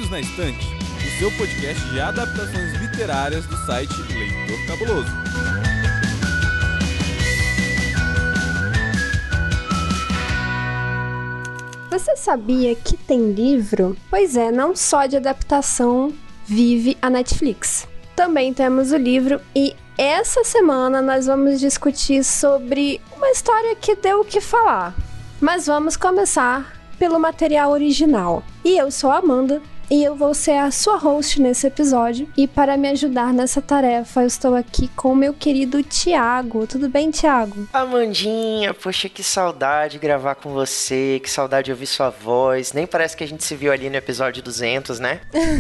Perdidos na Estante, o seu podcast de adaptações literárias do site Leitor Cabuloso. Você sabia que tem livro? Pois é, não só de adaptação vive a Netflix. Também temos o livro e essa semana nós vamos discutir sobre uma história que deu o que falar. Mas vamos começar pelo material original. E eu sou a Amanda e eu vou ser a sua host nesse episódio. E para me ajudar nessa tarefa, eu estou aqui com o meu querido Thiago. Tudo bem, Thiago? Amandinha, poxa, que saudade gravar com você, que saudade de ouvir sua voz. Nem parece que a gente se viu ali no episódio 200, né?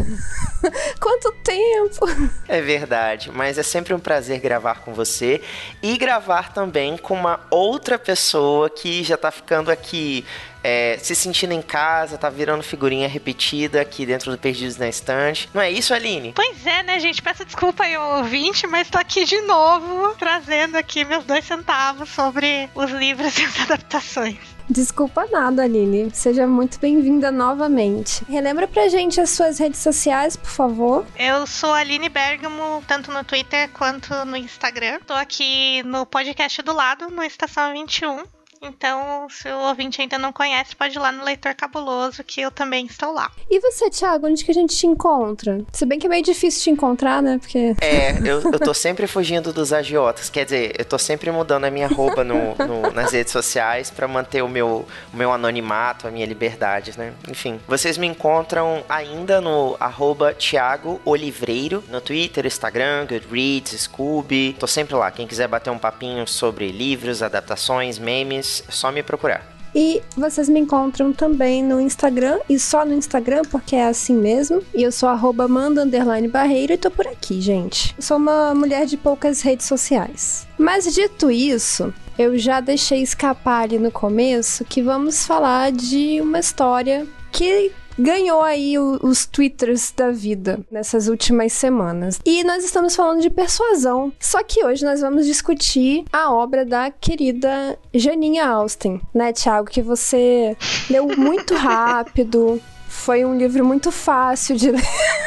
Quanto tempo! É verdade, mas é sempre um prazer gravar com você e gravar também com uma outra pessoa que já tá ficando aqui se sentindo em casa, tá virando figurinha repetida aqui dentro do Perdidos na Estante. Não é isso, Aline? Pois é, né, gente? Peço desculpa aí ao ouvinte, mas tô aqui de novo, trazendo aqui meus 2 centavos sobre os livros e as adaptações. Desculpa nada, Aline. Seja muito bem-vinda novamente. Relembra pra gente as suas redes sociais, por favor. Eu sou a Aline Bergamo, tanto no Twitter quanto no Instagram. Tô aqui no podcast do lado, no Estação 21. Então, se o ouvinte ainda não conhece, pode ir lá no Leitor Cabuloso, que eu também estou lá. E você, Thiago, onde que a gente te encontra? Se bem que é meio difícil te encontrar, né? Porque... eu tô sempre fugindo dos agiotas. Quer dizer, eu tô sempre mudando a minha roupa nas redes sociais pra manter o meu anonimato, a minha liberdade, né? Enfim, vocês me encontram ainda no @Thiago Olivreiro, no Twitter, Instagram, Goodreads, Scooby. Tô sempre lá. Quem quiser bater um papinho sobre livros, adaptações, memes, é só me procurar. E vocês me encontram também no Instagram, e só no Instagram, porque é assim mesmo. E eu sou @Amanda_Barreiro e tô por aqui, gente. Eu sou uma mulher de poucas redes sociais. Mas dito isso, eu já deixei escapar ali no começo que vamos falar de uma história que ganhou aí os twitters da vida nessas últimas semanas. E nós estamos falando de Persuasão. Só que hoje nós vamos discutir a obra da querida Jane Austen, né, Thiago? Que você leu muito rápido. Foi um livro muito fácil de ler.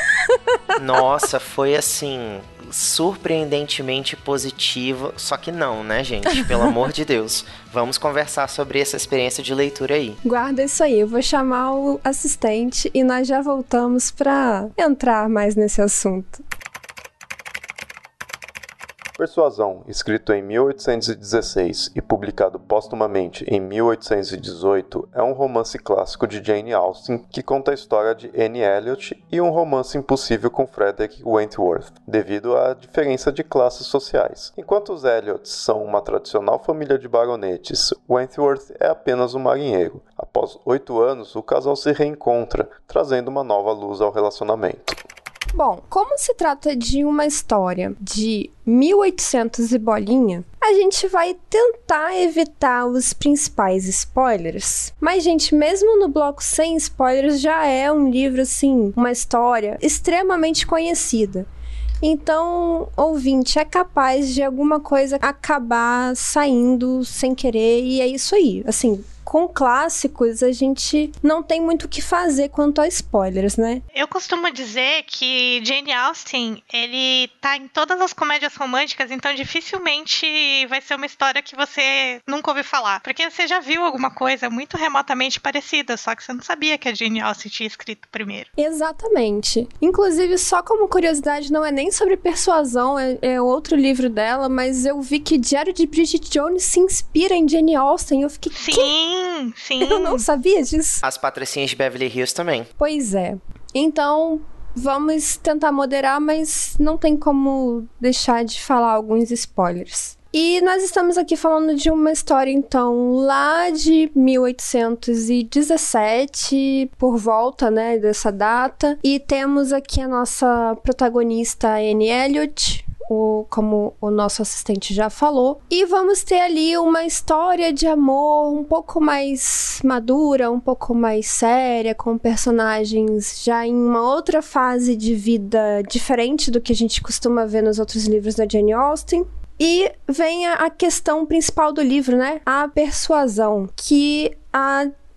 Nossa, foi assim, surpreendentemente positivo. Só que não, né, gente? Pelo amor de Deus. Vamos conversar sobre essa experiência de leitura aí. Guarda isso aí, eu vou chamar o assistente e nós já voltamos pra entrar mais nesse assunto. Persuasão, escrito em 1816 e publicado póstumamente em 1818, é um romance clássico de Jane Austen que conta a história de Anne Elliot e um romance impossível com Frederick Wentworth, devido à diferença de classes sociais. Enquanto os Elliots são uma tradicional família de baronetes, Wentworth é apenas um marinheiro. Após 8 anos, o casal se reencontra, trazendo uma nova luz ao relacionamento. Bom, como se trata de uma história de 1800 e bolinha, a gente vai tentar evitar os principais spoilers. Mas, gente, mesmo no bloco sem spoilers, já é um livro, assim, uma história extremamente conhecida. Então, ouvinte, é capaz de alguma coisa acabar saindo sem querer, e é isso aí. Assim, com clássicos, a gente não tem muito o que fazer quanto a spoilers, né? Eu costumo dizer que Jane Austen, ele tá em todas as comédias românticas, então dificilmente vai ser uma história que você nunca ouviu falar. Porque você já viu alguma coisa muito remotamente parecida, só que você não sabia que a Jane Austen tinha escrito primeiro. Exatamente. Inclusive, só como curiosidade, não é nem sobre Persuasão, é outro livro dela, mas eu vi que Diário de Bridget Jones se inspira em Jane Austen. Eu fiquei... Sim. Eu não sabia disso. As Patricinhas de Beverly Hills também. Pois é. Então, vamos tentar moderar, mas não tem como deixar de falar alguns spoilers. E nós estamos aqui falando de uma história, então, lá de 1817, por volta, né, dessa data. E temos aqui a nossa protagonista, Anne Elliot, como o nosso assistente já falou. E vamos ter ali uma história de amor um pouco mais madura, um pouco mais séria, com personagens já em uma outra fase de vida diferente do que a gente costuma ver nos outros livros da Jane Austen. E vem a questão principal do livro, né? A persuasão, que a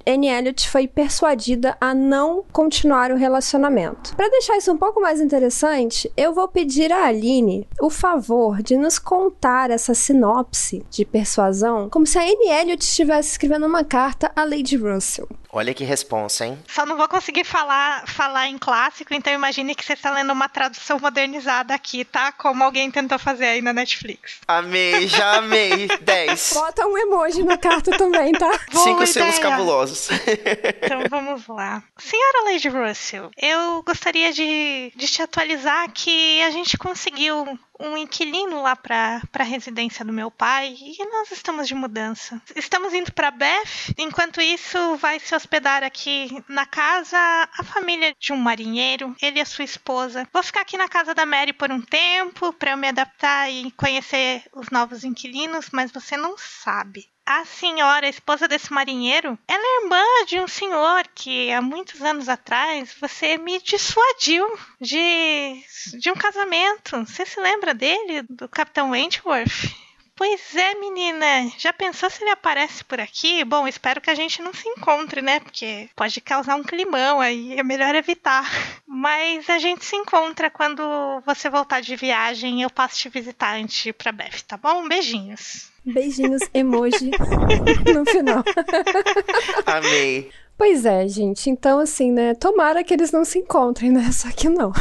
Anne Elliot foi persuadida a não continuar o relacionamento. Para deixar isso um pouco mais interessante, eu vou pedir a Aline o favor de nos contar essa sinopse de persuasão como se a Anne Elliot estivesse escrevendo uma carta a Lady Russell. Olha que responsa, hein? Só não vou conseguir falar em clássico, então imagine que você está lendo uma tradução modernizada aqui, tá? Como alguém tentou fazer aí na Netflix. Amei, já amei. 10. Bota um emoji na carta também, tá? 5 selos cabulosos. Então vamos lá. Senhora Lady Russell, eu gostaria de te atualizar que a gente conseguiu um inquilino lá para a residência do meu pai e nós estamos de mudança. Estamos indo para Bath, enquanto isso vai se hospedar aqui na casa a família de um marinheiro, ele e a sua esposa. Vou ficar aqui na casa da Mary por um tempo para eu me adaptar e conhecer os novos inquilinos, mas você não sabe. A senhora, a esposa desse marinheiro, ela é irmã de um senhor que há muitos anos atrás você me dissuadiu de um casamento. Você se lembra dele, do Capitão Wentworth? Pois é, menina. Já pensou se ele aparece por aqui? Bom, espero que a gente não se encontre, né? Porque pode causar um climão aí, é melhor evitar. Mas a gente se encontra quando você voltar de viagem. Eu passo te visitar antes de ir pra Beth, tá bom? Beijinhos. Beijinhos, emoji no final. Amei. Pois é, gente. Então, assim, né? Tomara que eles não se encontrem, né? Só que não.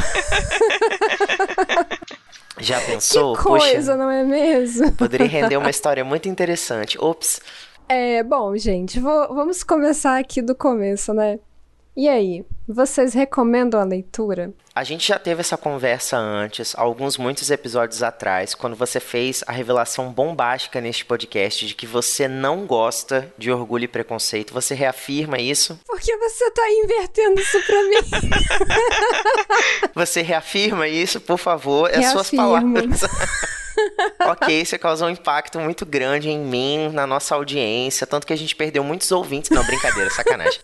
Já pensou? Que coisa, Poxa, não é mesmo? poderia render uma história muito interessante. Ops. Bom, gente, vamos começar aqui do começo, né? E aí, vocês recomendam a leitura? A gente já teve essa conversa antes, muitos episódios atrás, quando você fez a revelação bombástica neste podcast de que você não gosta de Orgulho e Preconceito. Você reafirma isso? Por que você tá invertendo isso pra mim? Você reafirma isso, por favor, é suas palavras. Ok, você causou um impacto muito grande em mim, na nossa audiência, tanto que a gente perdeu muitos ouvintes. Não, brincadeira, sacanagem.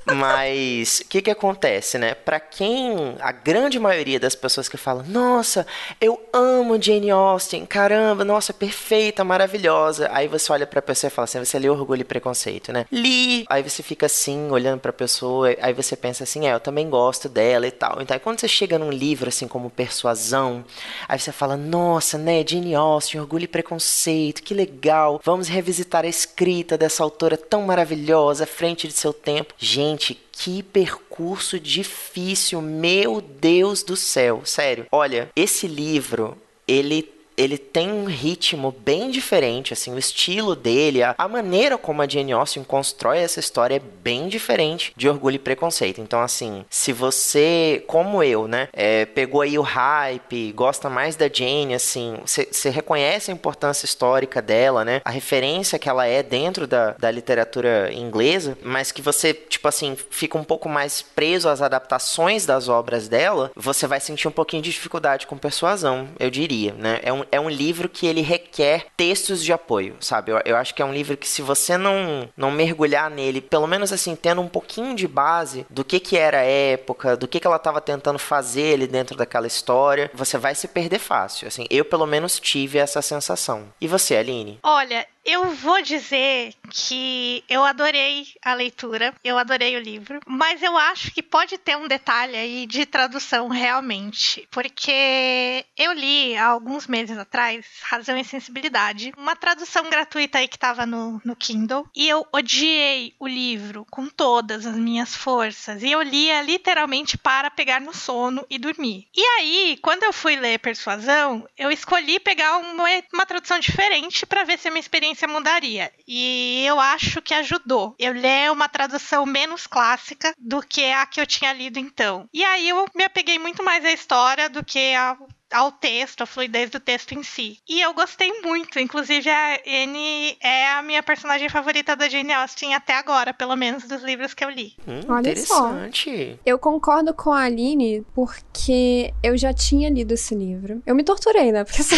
Mas, o que acontece, né? Pra quem, a grande maioria das pessoas que falam, nossa, eu amo Jane Austen, caramba, nossa, perfeita, maravilhosa. Aí você olha pra pessoa e fala assim, você leu Orgulho e Preconceito, né? Li! Aí você fica assim, olhando pra pessoa, aí você pensa assim, eu também gosto dela e tal. Então, aí quando você chega num livro, assim, como Persuasão, aí você fala, nossa, né, Jane Austen, Orgulho e Preconceito, que legal, vamos revisitar a escrita dessa autora tão maravilhosa, à frente de seu tempo. Gente, que percurso difícil, meu Deus do céu, sério. Olha, esse livro, ele tem um ritmo bem diferente, assim, o estilo dele, a maneira como a Jane Austen constrói essa história é bem diferente de Orgulho e Preconceito. Então, assim, se você, como eu, né, pegou aí o hype, gosta mais da Jane, assim, você reconhece a importância histórica dela, né, a referência que ela é dentro da literatura inglesa, mas que você, tipo assim, fica um pouco mais preso às adaptações das obras dela, você vai sentir um pouquinho de dificuldade com Persuasão, eu diria, né, é um livro que ele requer textos de apoio, sabe? Eu acho que é um livro que se você não mergulhar nele, pelo menos assim, tendo um pouquinho de base do que era a época, do que ela estava tentando fazer ali dentro daquela história, você vai se perder fácil. Assim, eu pelo menos tive essa sensação. E você, Aline? Olha, eu vou dizer que eu adorei a leitura, eu adorei o livro, mas eu acho que pode ter um detalhe aí de tradução realmente, porque eu li há alguns meses atrás Razão e Sensibilidade, uma tradução gratuita aí que estava no Kindle, e eu odiei o livro com todas as minhas forças, e eu lia literalmente para pegar no sono e dormir. E aí, quando eu fui ler Persuasão, eu escolhi pegar uma tradução diferente para ver se a minha experiência mudaria. E eu acho que ajudou. Eu li uma tradução menos clássica do que a que eu tinha lido então. E aí eu me apeguei muito mais à história do que ao texto, a fluidez do texto em si. E eu gostei muito. Inclusive, a Anne é a minha personagem favorita da Jane Austen até agora, pelo menos dos livros que eu li. Olha interessante. Só. Eu concordo com a Aline porque eu já tinha lido esse livro. Eu me torturei, né? Porque assim...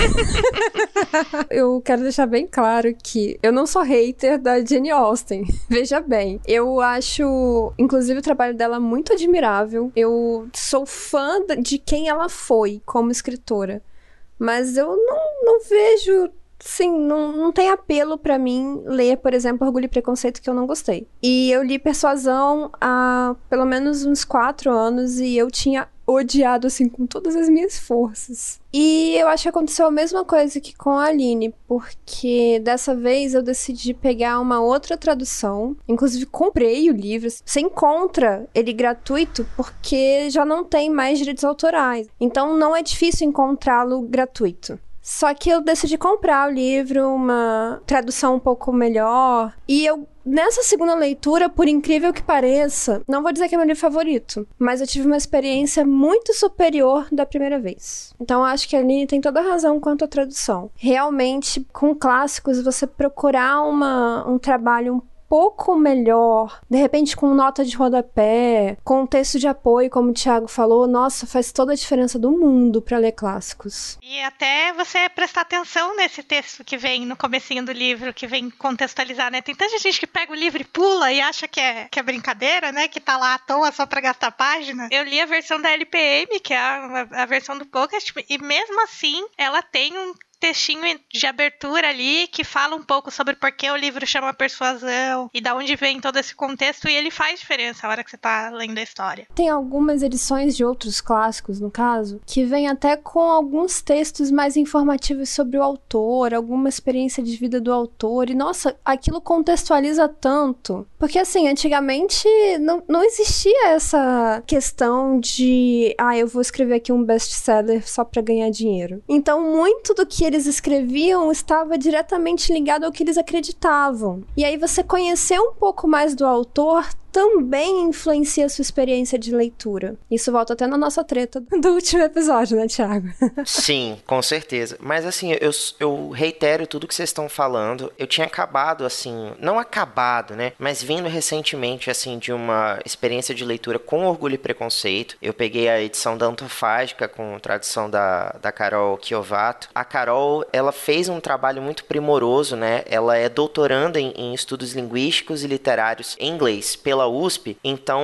eu quero deixar bem claro que eu não sou hater da Jane Austen. Veja bem. Eu acho, inclusive, o trabalho dela muito admirável. Eu sou fã de quem ela foi como escritora, mas eu não vejo sim, não tem apelo pra mim ler, por exemplo, Orgulho e Preconceito, que eu não gostei. E eu li Persuasão há pelo menos uns 4 anos e eu tinha odiado, assim, com todas as minhas forças. E eu acho que aconteceu a mesma coisa que com a Aline, porque dessa vez eu decidi pegar uma outra tradução. Inclusive, comprei o livro. Você encontra ele gratuito porque já não tem mais direitos autorais. Então, não é difícil encontrá-lo gratuito. Só que eu decidi comprar o livro, uma tradução um pouco melhor. E eu, nessa segunda leitura, por incrível que pareça, não vou dizer que é meu livro favorito, mas eu tive uma experiência muito superior da primeira vez. Então eu acho que a Aline tem toda a razão quanto à tradução. Realmente, com clássicos, você procurar um trabalho um pouco melhor, de repente com nota de rodapé, com texto de apoio, como o Thiago falou, nossa, faz toda a diferença do mundo para ler clássicos. E até você prestar atenção nesse texto que vem no comecinho do livro, que vem contextualizar, né? Tem tanta gente que pega o livro e pula e acha que é brincadeira, né? Que tá lá à toa só pra gastar página. Eu li a versão da LPM, que é a versão do Pocket, e mesmo assim, ela tem um textinho de abertura ali que fala um pouco sobre por que o livro chama Persuasão e da onde vem todo esse contexto, e ele faz diferença na hora que você tá lendo a história. Tem algumas edições de outros clássicos, no caso, que vem até com alguns textos mais informativos sobre o autor, alguma experiência de vida do autor, e nossa, aquilo contextualiza tanto. Porque assim, antigamente não existia essa questão de eu vou escrever aqui um best-seller só pra ganhar dinheiro. Então, muito do que eles escreviam estava diretamente ligado ao que eles acreditavam. E aí você conhecer um pouco mais do autor também influencia a sua experiência de leitura. Isso volta até na nossa treta do último episódio, né, Thiago? Sim, com certeza. Mas assim, eu reitero tudo que vocês estão falando. Eu tinha acabado, assim, não acabado, né, mas vindo recentemente, assim, de uma experiência de leitura com Orgulho e Preconceito. Eu peguei a edição da Antofágica com tradução da Carol Chiovato. A Carol, ela fez um trabalho muito primoroso, né? Ela é doutoranda em estudos linguísticos e literários em inglês pela USP, então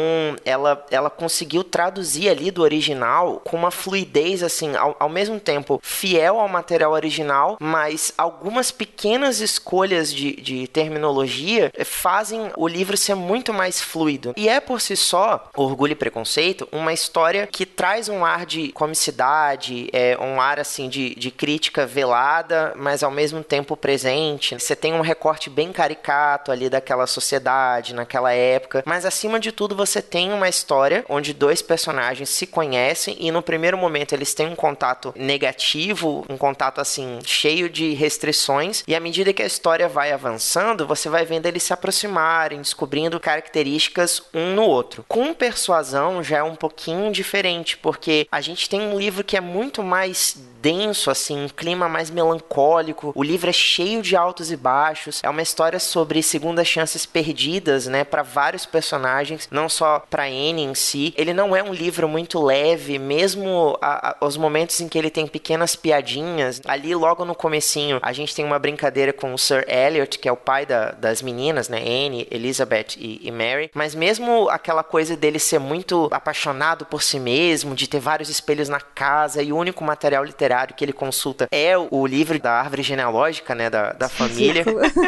ela conseguiu traduzir ali do original com uma fluidez, assim, ao mesmo tempo fiel ao material original, mas algumas pequenas escolhas de terminologia fazem o livro ser muito mais fluido. E é por si só, Orgulho e Preconceito, uma história que traz um ar de comicidade, um ar, assim, de crítica velada, mas ao mesmo tempo presente. Você tem um recorte bem caricato ali daquela sociedade, naquela época, mas acima de tudo você tem uma história onde 2 personagens se conhecem e no primeiro momento eles têm um contato negativo, um contato assim cheio de restrições, e à medida que a história vai avançando, você vai vendo eles se aproximarem, descobrindo características um no outro. Com Persuasão já é um pouquinho diferente, porque a gente tem um livro que é muito mais denso, assim, um clima mais melancólico. O livro é cheio de altos e baixos. É uma história sobre segundas chances perdidas, né, para vários personagens, não só para Anne em si. Ele não é um livro muito leve, mesmo os momentos em que ele tem pequenas piadinhas. Ali, logo no comecinho, a gente tem uma brincadeira com o Sir Eliot, que é o pai das meninas, né, Anne, Elizabeth e Mary. Mas mesmo aquela coisa dele ser muito apaixonado por si mesmo, de ter vários espelhos na casa, e o único material literário que ele consulta é o livro da árvore genealógica, né, da família.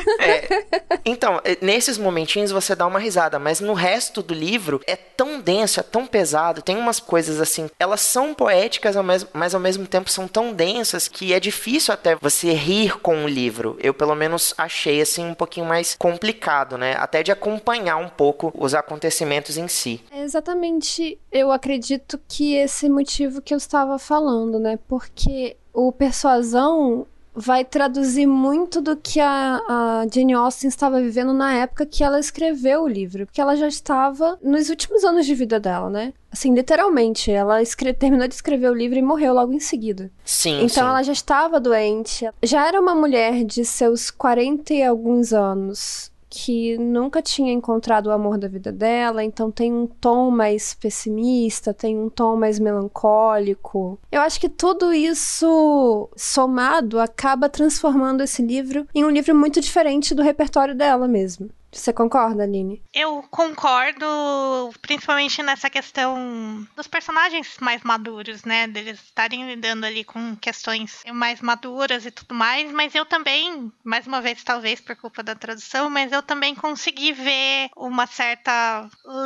Então, nesses momentinhos você dá uma risada, mas no resto do livro é tão denso, é tão pesado, tem umas coisas assim, elas são poéticas, mas ao mesmo tempo são tão densas que é difícil até você rir com o livro. Eu, pelo menos, achei assim um pouquinho mais complicado, né, até de acompanhar um pouco os acontecimentos em si. Exatamente, eu acredito que esse motivo que eu estava falando, né, porque o Persuasão vai traduzir muito do que a Jane Austen estava vivendo na época que ela escreveu o livro, porque ela já estava nos últimos anos de vida dela, né? Assim, literalmente, ela terminou de escrever o livro e morreu logo em seguida. Sim, então sim. Ela já estava doente, já era uma mulher de seus 40 e alguns anos, que nunca tinha encontrado o amor da vida dela, então tem um tom mais pessimista, tem um tom mais melancólico. Eu acho que tudo isso somado acaba transformando esse livro em um livro muito diferente do repertório dela mesmo. Você concorda, Aline? Eu concordo, principalmente nessa questão dos personagens mais maduros, né? Deles estarem lidando ali com questões mais maduras e tudo mais, mas eu também, mais uma vez, talvez por culpa da tradução, mas eu também consegui ver uma certa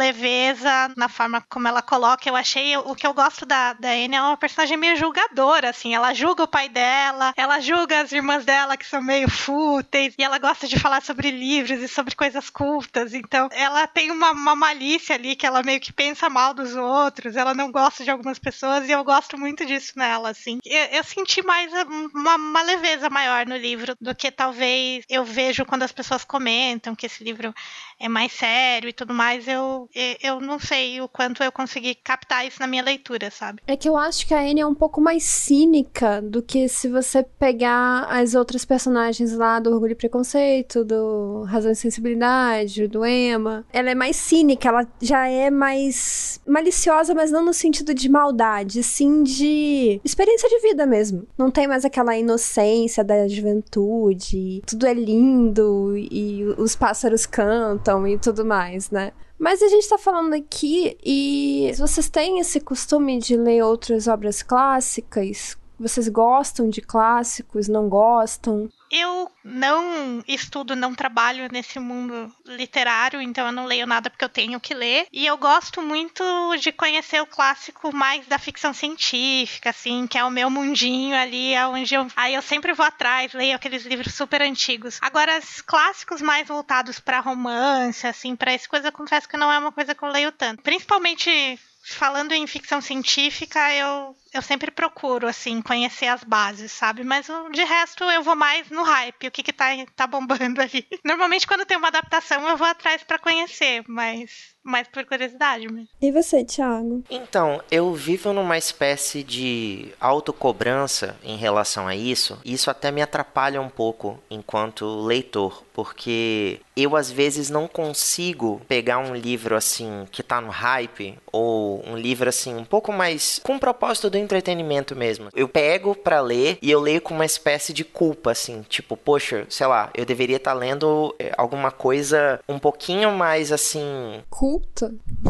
leveza na forma como ela coloca. Eu achei, o que eu gosto da Anne é uma personagem meio julgadora, assim, ela julga o pai dela, ela julga as irmãs dela que são meio fúteis, e ela gosta de falar sobre livros e sobre coisas cultas, então ela tem uma malícia ali, que ela meio que pensa mal dos outros, ela não gosta de algumas pessoas, e eu gosto muito disso nela, assim. Eu senti mais uma leveza maior no livro do que talvez eu vejo quando as pessoas comentam que esse livro é mais sério e tudo mais. Eu não sei o quanto eu consegui captar isso na minha leitura, sabe? É que eu acho que a Anne é um pouco mais cínica do que se você pegar as outras personagens lá do Orgulho e Preconceito, do Razão e Sensibilidade, do Emma. Ela é mais cínica, ela já é mais maliciosa, mas não no sentido de maldade, sim de experiência de vida mesmo. Não tem mais aquela inocência da juventude, tudo é lindo e os pássaros cantam e tudo mais, né? Mas a gente tá falando aqui, e vocês têm esse costume de ler outras obras clássicas? Vocês gostam de clássicos, não gostam? Eu não estudo, não trabalho nesse mundo literário, então eu não leio nada porque eu tenho que ler. E eu gosto muito de conhecer o clássico mais da ficção científica, assim, que é o meu mundinho ali, onde eu sempre vou atrás, leio aqueles livros super antigos. Agora, os clássicos mais voltados para romance, assim, para essa coisa, eu confesso que não é uma coisa que eu leio tanto. Principalmente falando em ficção científica, eu sempre procuro, assim, conhecer as bases, sabe? Mas de resto, eu vou mais no hype, o que tá bombando ali. Normalmente, quando tem uma adaptação, eu vou atrás pra conhecer, mas mais por curiosidade mesmo. E você, Thiago? Então, eu vivo numa espécie de autocobrança em relação a isso, e isso até me atrapalha um pouco enquanto leitor, porque eu às vezes não consigo pegar um livro assim que tá no hype, ou um livro assim um pouco mais com o propósito do entretenimento mesmo. Eu pego pra ler e eu leio com uma espécie de culpa, assim, tipo, poxa, sei lá, eu deveria estar lendo alguma coisa um pouquinho mais assim... Culta?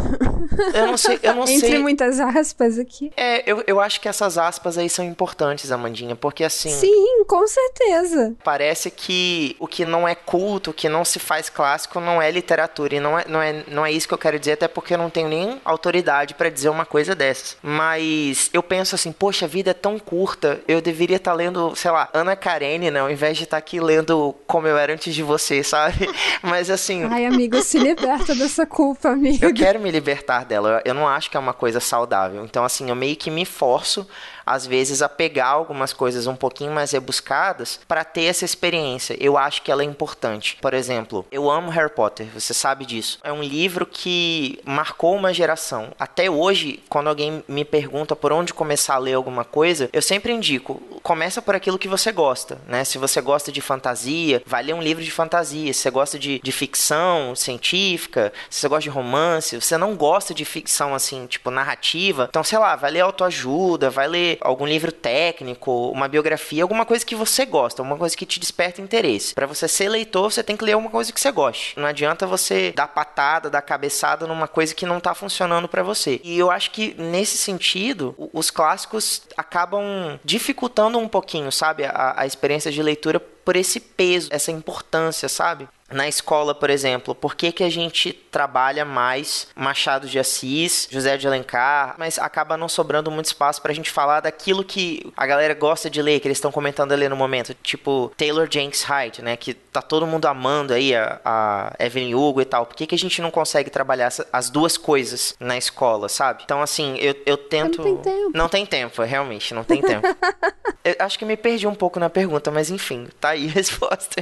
Eu não sei. Entre muitas aspas aqui. Eu acho que essas aspas aí são importantes, Amandinha, porque assim... Sim, com certeza. Parece que o que não é culto, o que não se faz clássico, não é literatura. E não é isso que eu quero dizer, até porque eu não tenho nem autoridade pra dizer uma coisa dessas. Mas eu penso assim, poxa, a vida é tão curta, eu deveria estar lendo, sei lá, Ana Karenina, ao invés de estar aqui lendo Como Eu Era Antes de Você, sabe? Mas assim... Ai, amigo, se liberta dessa culpa, amigo. Eu quero me libertar dela, eu não acho que é uma coisa saudável. Então, assim, eu meio que me forço, às vezes, a pegar algumas coisas um pouquinho mais rebuscadas para ter essa experiência. Eu acho que ela é importante. Por exemplo, eu amo Harry Potter, você sabe disso. É um livro que marcou uma geração. Até hoje, quando alguém me pergunta por onde começar a ler alguma coisa, eu sempre indico, começa por aquilo que você gosta, né? Se você gosta de fantasia, vai ler um livro de fantasia. Se você gosta de ficção científica, se você gosta de romance, se você não gosta de ficção, assim, tipo, narrativa, então, sei lá, vai ler autoajuda, vai ler algum livro técnico, uma biografia, alguma coisa que você gosta, alguma coisa que te desperta interesse. Pra você ser leitor, você tem que ler alguma coisa que você goste. Não adianta você dar patada, dar cabeçada numa coisa que não tá funcionando pra você. E eu acho que, nesse sentido, os clássicos acabam dificultando um pouquinho, sabe, a experiência de leitura por esse peso, essa importância, sabe? Na escola, por exemplo, por que a gente trabalha mais Machado de Assis, José de Alencar, mas acaba não sobrando muito espaço pra gente falar daquilo que a galera gosta de ler, que eles estão comentando ali no momento, tipo Taylor Jenkins Reid, né, que tá todo mundo amando aí, a Evelyn Hugo e tal. Por que a gente não consegue trabalhar as duas coisas na escola, sabe? Então, assim, eu tento... Não tem tempo. Não tem tempo, realmente, não tem tempo. Eu acho que me perdi um pouco na pergunta, mas enfim, tá aí a resposta.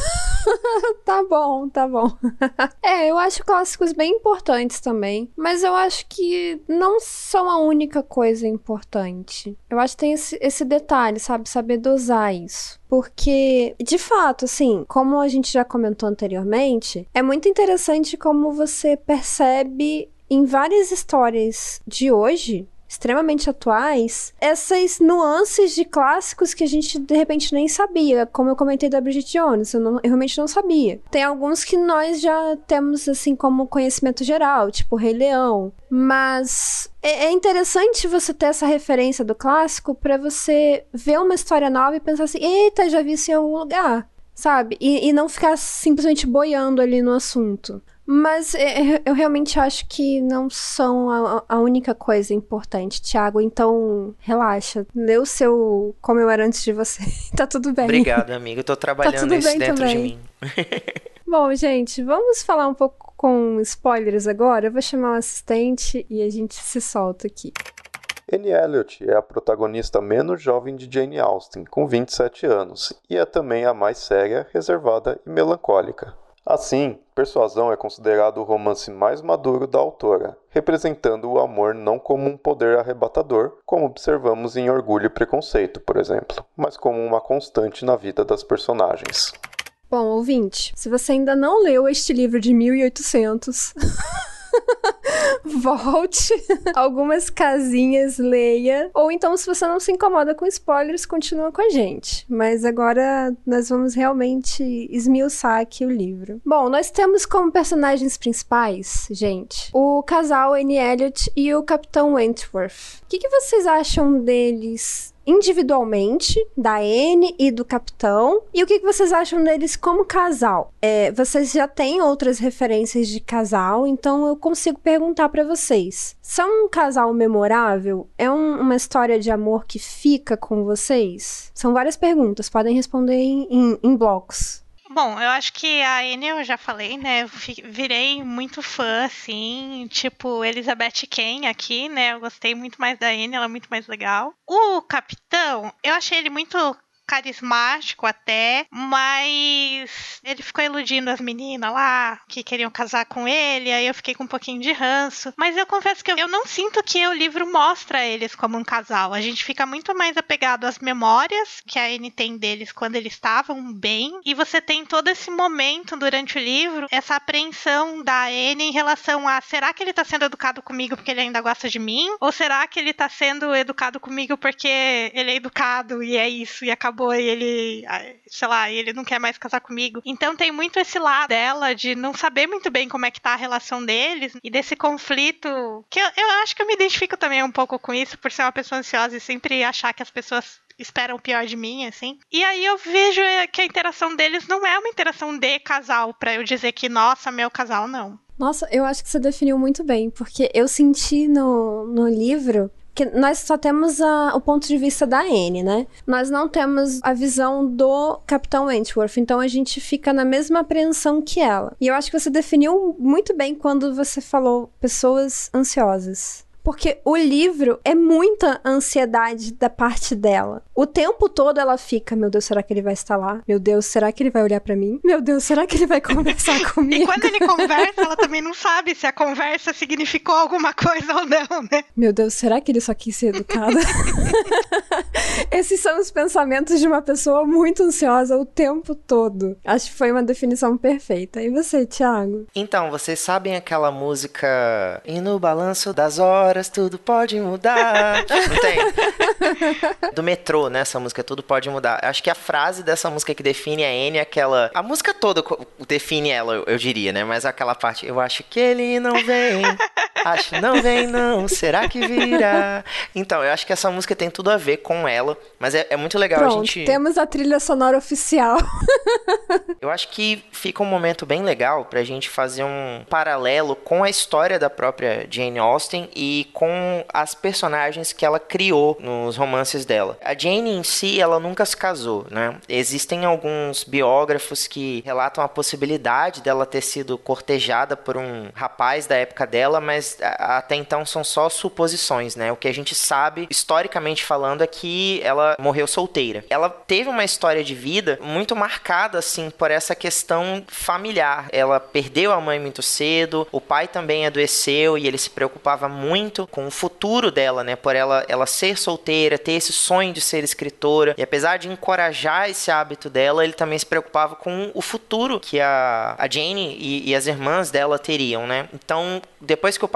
Tá bom, tá bom. Eu acho clássicos bem importantes também, mas eu acho que não são a única coisa importante. Eu acho que tem esse detalhe, sabe? Saber dosar isso. Porque, de fato, assim, como a gente já comentou anteriormente, é muito interessante como você percebe em várias histórias de hoje, extremamente atuais, essas nuances de clássicos que a gente, de repente, nem sabia. Como eu comentei da Bridget Jones, eu realmente não sabia. Tem alguns que nós já temos, assim, como conhecimento geral, tipo Rei Leão. Mas é interessante você ter essa referência do clássico pra você ver uma história nova e pensar assim, eita, já vi isso em algum lugar, sabe? E não ficar simplesmente boiando ali no assunto. Mas eu realmente acho que não são a única coisa importante, Thiago. Então, relaxa. Lê o seu Como Eu Era Antes de Você. Tá tudo bem. Obrigado, amigo. Eu tô trabalhando isso dentro também. De mim. Bom, gente, vamos falar um pouco com spoilers agora. Eu vou chamar o assistente e a gente se solta aqui. Anne Elliot é a protagonista menos jovem de Jane Austen, com 27 anos, e é também a mais séria, reservada e melancólica. Assim, Persuasão é considerado o romance mais maduro da autora, representando o amor não como um poder arrebatador, como observamos em Orgulho e Preconceito, por exemplo, mas como uma constante na vida das personagens. Bom, ouvinte, se você ainda não leu este livro de 1800... volte algumas casinhas, leia. Ou então, se você não se incomoda com spoilers, continua com a gente. Mas agora nós vamos realmente esmiuçar aqui o livro. Bom, nós temos como personagens principais, gente, o casal Anne Elliot e o Capitão Wentworth. O que vocês acham deles individualmente, da Anne e do Capitão? E o que vocês acham deles como casal? Vocês já têm outras referências de casal, então eu consigo perguntar pra vocês. São um casal memorável? É uma história de amor que fica com vocês? São várias perguntas, podem responder em blocos. Bom, eu acho que a Anne eu já falei, né? Eu virei muito fã, assim, tipo Elizabeth Kane aqui, né? Eu gostei muito mais da Anne, ela é muito mais legal. O Capitão, eu achei ele muito carismático até, mas ele ficou iludindo as meninas lá que queriam casar com ele, aí eu fiquei com um pouquinho de ranço. Mas eu confesso que eu não sinto que o livro mostra eles como um casal. A gente fica muito mais apegado às memórias que a Anne tem deles quando eles estavam bem, e você tem todo esse momento durante o livro, essa apreensão da Anne em relação a, será que ele tá sendo educado comigo porque ele ainda gosta de mim? Ou será que ele tá sendo educado comigo porque ele é educado e é isso, e acabou, e ele, sei lá, ele não quer mais casar comigo. Então tem muito esse lado dela de não saber muito bem como é que tá a relação deles e desse conflito, que eu acho que eu me identifico também um pouco com isso, por ser uma pessoa ansiosa e sempre achar que as pessoas esperam o pior de mim, assim. E aí eu vejo que a interação deles não é uma interação de casal, pra eu dizer que, nossa, meu casal, não. Nossa, eu acho que você definiu muito bem, porque eu senti no livro que nós só temos o ponto de vista da Anne, né? Nós não temos a visão do Capitão Wentworth, então a gente fica na mesma apreensão que ela. E eu acho que você definiu muito bem quando você falou pessoas ansiosas. Porque o livro é muita ansiedade da parte dela. O tempo todo ela fica, meu Deus, será que ele vai estar lá? Meu Deus, será que ele vai olhar pra mim? Meu Deus, será que ele vai conversar comigo? E quando ele conversa, ela também não sabe se a conversa significou alguma coisa ou não, né? Meu Deus, será que ele só quis ser educado? Esses são os pensamentos de uma pessoa muito ansiosa o tempo todo. Acho que foi uma definição perfeita. E você, Thiago? Então, vocês sabem aquela música E no balanço das horas tudo pode mudar? Não tem? Do Metrô, né? Essa música Tudo Pode Mudar. Acho que a frase dessa música que define a Anne é aquela... A música toda define ela, eu diria, né? Mas aquela parte, eu acho que ele não vem... Acho não vem não, será que virá? Então, eu acho que essa música tem tudo a ver com ela, mas é muito legal. Pronto, a gente... temos a trilha sonora oficial. Eu acho que fica um momento bem legal pra gente fazer um paralelo com a história da própria Jane Austen e com as personagens que ela criou nos romances dela. A Jane em si, ela nunca se casou, né? Existem alguns biógrafos que relatam a possibilidade dela ter sido cortejada por um rapaz da época dela, mas até então são só suposições, né? O que a gente sabe, historicamente falando, é que ela morreu solteira. Ela teve uma história de vida muito marcada, assim, por essa questão familiar. Ela perdeu a mãe muito cedo, o pai também adoeceu e ele se preocupava muito com o futuro dela, né? Por ela ser solteira, ter esse sonho de ser escritora. E apesar de encorajar esse hábito dela, ele também se preocupava com o futuro que a Jane e as irmãs dela teriam, né? Então, depois que o pai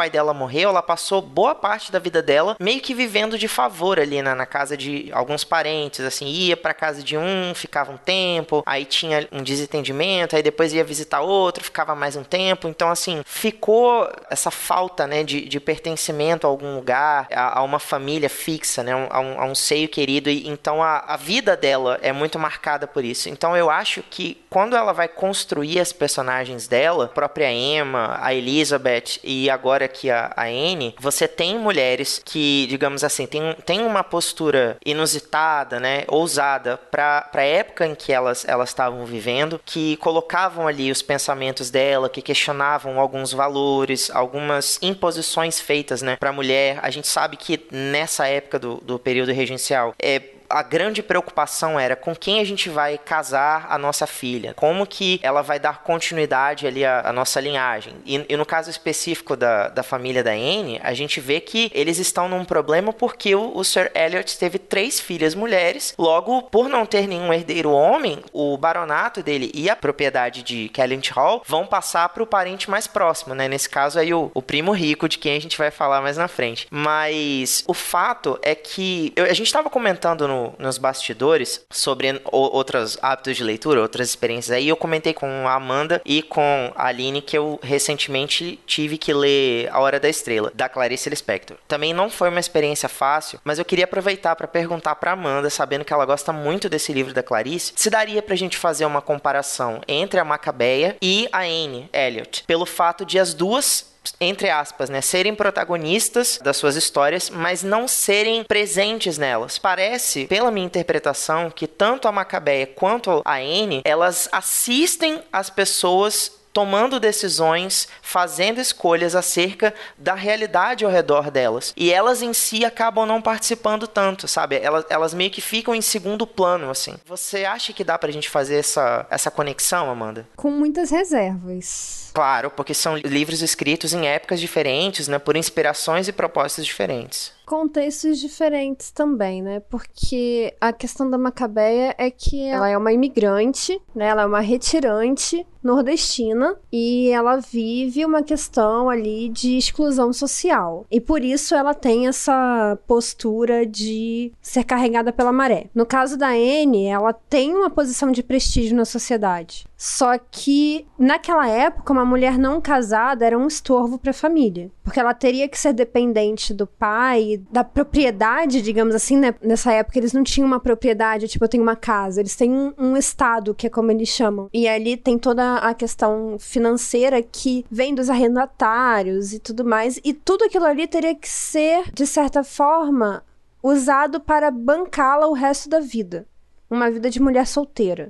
pai dela morreu, ela passou boa parte da vida dela meio que vivendo de favor ali na casa de alguns parentes, assim, ia pra casa de um, ficava um tempo, aí tinha um desentendimento, aí depois ia visitar outro, ficava mais um tempo. Então, assim, ficou essa falta, né, de pertencimento a algum lugar, a uma família fixa, né, a um seio querido. E então a vida dela é muito marcada por isso. Então eu acho que quando ela vai construir as personagens dela, a própria Emma, a Elizabeth e agora aqui a Anne, você tem mulheres que, digamos assim, tem uma postura inusitada, né, ousada para a época em que elas estavam vivendo, que colocavam ali os pensamentos dela, que questionavam alguns valores, algumas imposições feitas, né, para a mulher. A gente sabe que nessa época do período regencial, a grande preocupação era com quem a gente vai casar a nossa filha, como que ela vai dar continuidade ali à nossa linhagem. E no caso específico da família da Anne, a gente vê que eles estão num problema porque o Sir Elliot teve 3 filhas mulheres, logo, por não ter nenhum herdeiro homem, o baronato dele e a propriedade de Kellynch Hall vão passar para o parente mais próximo, né? Nesse caso aí o primo rico, de quem a gente vai falar mais na frente. Mas o fato é que a gente estava comentando nos bastidores sobre outros hábitos de leitura, outras experiências aí. Eu comentei com a Amanda e com a Aline que eu recentemente tive que ler A Hora da Estrela, da Clarice Lispector. Também não foi uma experiência fácil, mas eu queria aproveitar para perguntar para Amanda, sabendo que ela gosta muito desse livro da Clarice, se daria pra gente fazer uma comparação entre a Macabeia e a Anne Elliot, pelo fato de as duas, entre aspas, né, serem protagonistas das suas histórias, mas não serem presentes nelas. Parece, pela minha interpretação, que tanto a Macabeia quanto a Anne, elas assistem as pessoas tomando decisões, fazendo escolhas acerca da realidade ao redor delas. E elas em si acabam não participando tanto, sabe? Elas meio que ficam em segundo plano, assim. Você acha que dá pra gente fazer essa conexão, Amanda? Com muitas reservas. Claro, porque são livros escritos em épocas diferentes, né? Por inspirações e propósitos diferentes. Contextos diferentes também, né? Porque a questão da Macabeia é que ela é uma imigrante, né? Ela é uma retirante nordestina e ela vive uma questão ali de exclusão social. E por isso ela tem essa postura de ser carregada pela maré. No caso da Anne, ela tem uma posição de prestígio na sociedade. Só que, naquela época, uma mulher não casada era um estorvo para a família. Porque ela teria que ser dependente do pai, da propriedade, digamos assim, né? Nessa época, eles não tinham uma propriedade, tipo, eu tenho uma casa. Eles têm um estado, que é como eles chamam. E ali tem toda a questão financeira que vem dos arrendatários e tudo mais. E tudo aquilo ali teria que ser, de certa forma, usado para bancá-la o resto da vida. Uma vida de mulher solteira.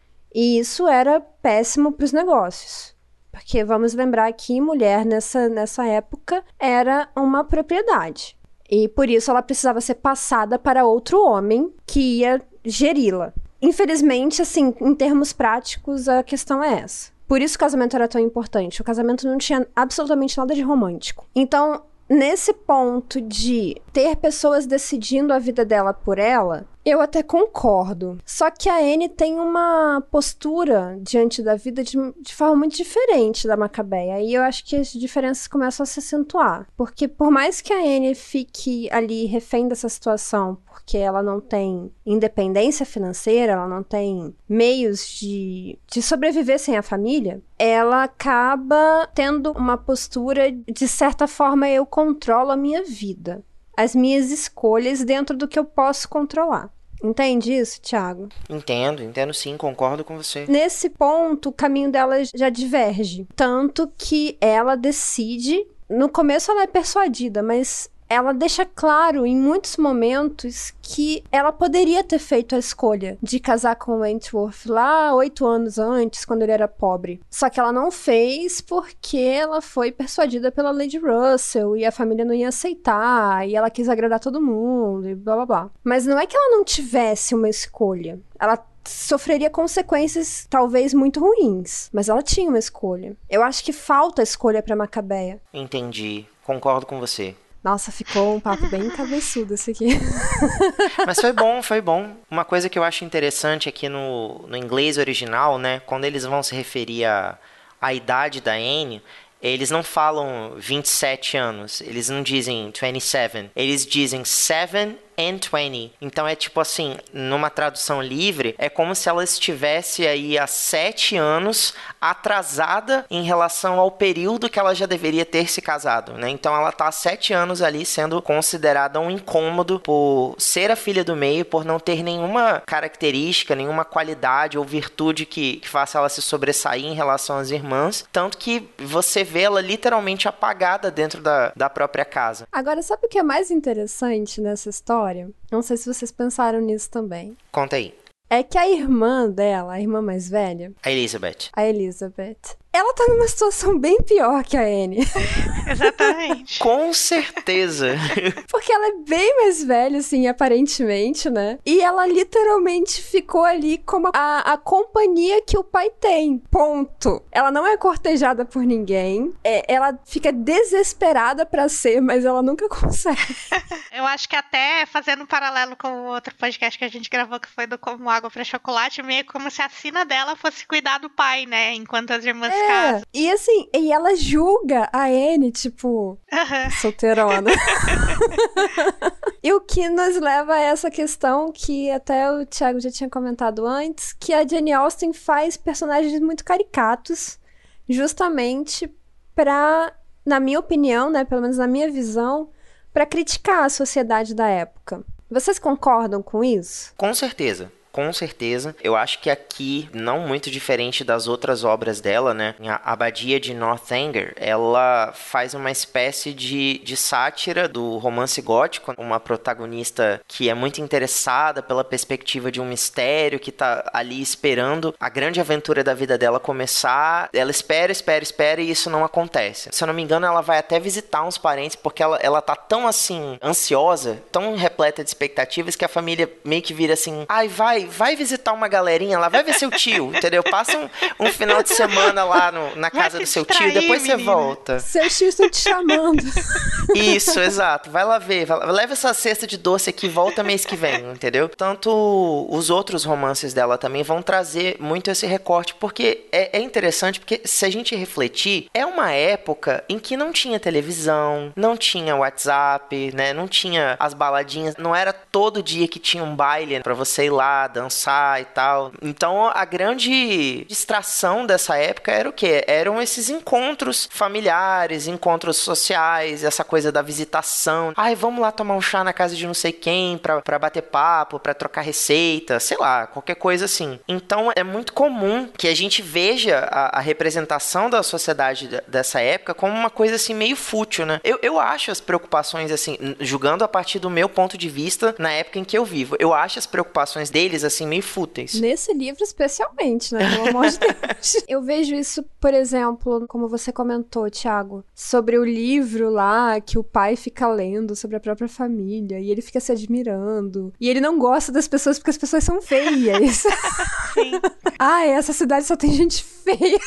E isso era péssimo para os negócios. Porque vamos lembrar que mulher nessa época era uma propriedade. E por isso ela precisava ser passada para outro homem que ia geri-la. Infelizmente, assim, em termos práticos, a questão é essa. Por isso o casamento era tão importante. O casamento não tinha absolutamente nada de romântico. Então, nesse ponto de ter pessoas decidindo a vida dela por ela, eu até concordo. Só que a Anne tem uma postura diante da vida de forma muito diferente da Macabeia. E eu acho que as diferenças começam a se acentuar. Porque por mais que a Anne fique ali refém dessa situação, porque ela não tem independência financeira, ela não tem meios de sobreviver sem a família, ela acaba tendo uma postura, de certa forma, eu controlo a minha vida. As minhas escolhas dentro do que eu posso controlar. Entende isso, Thiago? Entendo sim, concordo com você. Nesse ponto, o caminho dela já diverge. Tanto que ela decide... No começo ela é persuadida, mas ela deixa claro em muitos momentos que ela poderia ter feito a escolha de casar com o Wentworth lá 8 anos antes, quando ele era pobre. Só que ela não fez porque ela foi persuadida pela Lady Russell e a família não ia aceitar e ela quis agradar todo mundo e blá blá blá. Mas não é que ela não tivesse uma escolha. Ela sofreria consequências talvez muito ruins, mas ela tinha uma escolha. Eu acho que falta escolha pra Macabeia. Entendi, concordo com você. Nossa, ficou um papo bem cabeçudo esse aqui. Mas foi bom. Uma coisa que eu acho interessante aqui no inglês original, né, quando eles vão se referir à idade da Anne, eles não falam 27 anos, eles não dizem 27, eles dizem 7 and 20. Então é tipo assim, numa tradução livre, é como se ela estivesse aí há 7 anos atrasada em relação ao período que ela já deveria ter se casado, né? Então ela tá há 7 anos ali sendo considerada um incômodo por ser a filha do meio, por não ter nenhuma característica, nenhuma qualidade ou virtude que faça ela se sobressair em relação às irmãs, tanto que você vê ela literalmente apagada dentro da própria casa. Agora, sabe o que é mais interessante nessa história? Não sei se vocês pensaram nisso também. Conta aí. É que a irmã dela, a irmã mais velha... A Elizabeth, ela tá numa situação bem pior que a Anne. Exatamente. com certeza. Porque ela é bem mais velha, assim, aparentemente, né? E ela literalmente ficou ali como a companhia que o pai tem. Ponto. Ela não é cortejada por ninguém. Ela fica desesperada pra ser, mas ela nunca consegue. Eu acho que até fazendo um paralelo com o outro podcast que a gente gravou, que foi do Como Água para Chocolate, meio como se a sina dela fosse cuidar do pai, né? Enquanto as irmãs casam. E assim, e ela julga a Anne, tipo, solteirona. E o que nos leva a essa questão que até o Thiago já tinha comentado antes, que a Jane Austen faz personagens muito caricatos, justamente pra, na minha opinião, né, pelo menos na minha visão, pra criticar a sociedade da época. Vocês concordam com isso? Com certeza. Com certeza. Eu acho que aqui, não muito diferente das outras obras dela, né? A Abadia de Northanger, ela faz uma espécie de sátira do romance gótico. Uma protagonista que é muito interessada pela perspectiva de um mistério, que tá ali esperando a grande aventura da vida dela começar. Ela espera e isso não acontece. Se eu não me engano, ela vai até visitar uns parentes, porque ela tá tão assim, ansiosa, tão repleta de expectativas, que a família meio que vira assim, ai, vai visitar uma galerinha lá, vai ver seu tio, entendeu? Passa um final de semana lá na casa do seu tio, depois você volta. Seus tios estão te chamando. Isso, exato. Vai lá ver, leva essa cesta de doce aqui, volta mês que vem, entendeu? Tanto os outros romances dela também vão trazer muito esse recorte, porque é interessante, porque se a gente refletir, é uma época em que não tinha televisão, não tinha WhatsApp, né? Não tinha as baladinhas, não era todo dia que tinha um baile pra você ir lá, dançar e tal. Então, a grande distração dessa época era o quê? Eram esses encontros familiares, encontros sociais, essa coisa da visitação. Ai, vamos lá tomar um chá na casa de não sei quem pra bater papo, pra trocar receita, sei lá, qualquer coisa assim. Então, é muito comum que a gente veja a representação da sociedade dessa época como uma coisa assim meio fútil, né? Eu acho as preocupações assim, julgando a partir do meu ponto de vista na época em que eu vivo, eu acho as preocupações deles assim meio fúteis. Nesse livro especialmente, né? Pelo amor de Deus. Eu vejo isso, por exemplo, como você comentou, Thiago, sobre o livro lá que o pai fica lendo sobre a própria família e ele fica se admirando. E ele não gosta das pessoas porque as pessoas são feias. Sim. Ai, essa cidade só tem gente feia.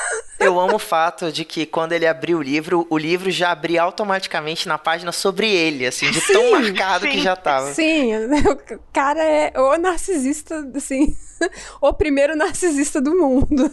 Eu amo o fato de que quando ele abriu o livro já abria automaticamente na página sobre ele, assim, de tão marcado que já tava. Sim, o cara é o narcisista, assim, o primeiro narcisista do mundo.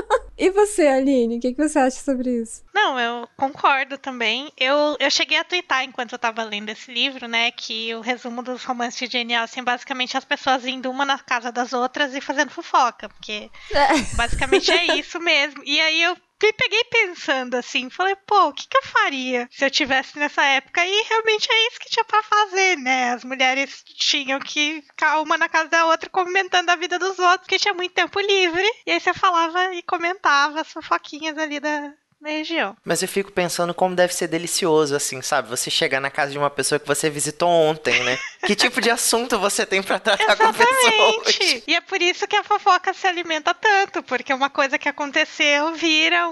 E você, Aline, o que você acha sobre isso? Não, eu concordo também. Eu cheguei a twittar enquanto eu tava lendo esse livro, né, que o resumo dos romances de Jane Austen, basicamente as pessoas indo uma na casa das outras e fazendo fofoca, porque basicamente é isso mesmo. E aí eu me peguei pensando assim, falei, pô, o que eu faria se eu tivesse nessa época? E realmente é isso que tinha pra fazer, né? As mulheres tinham que ficar uma na casa da outra comentando a vida dos outros, porque tinha muito tempo livre. E aí você falava e comentava as fofoquinhas ali da região. Mas eu fico pensando como deve ser delicioso, assim, sabe? Você chegar na casa de uma pessoa que você visitou ontem, né? Que tipo de assunto você tem pra tratar com a pessoa hoje? E é por isso que a fofoca se alimenta tanto, porque uma coisa que aconteceu vira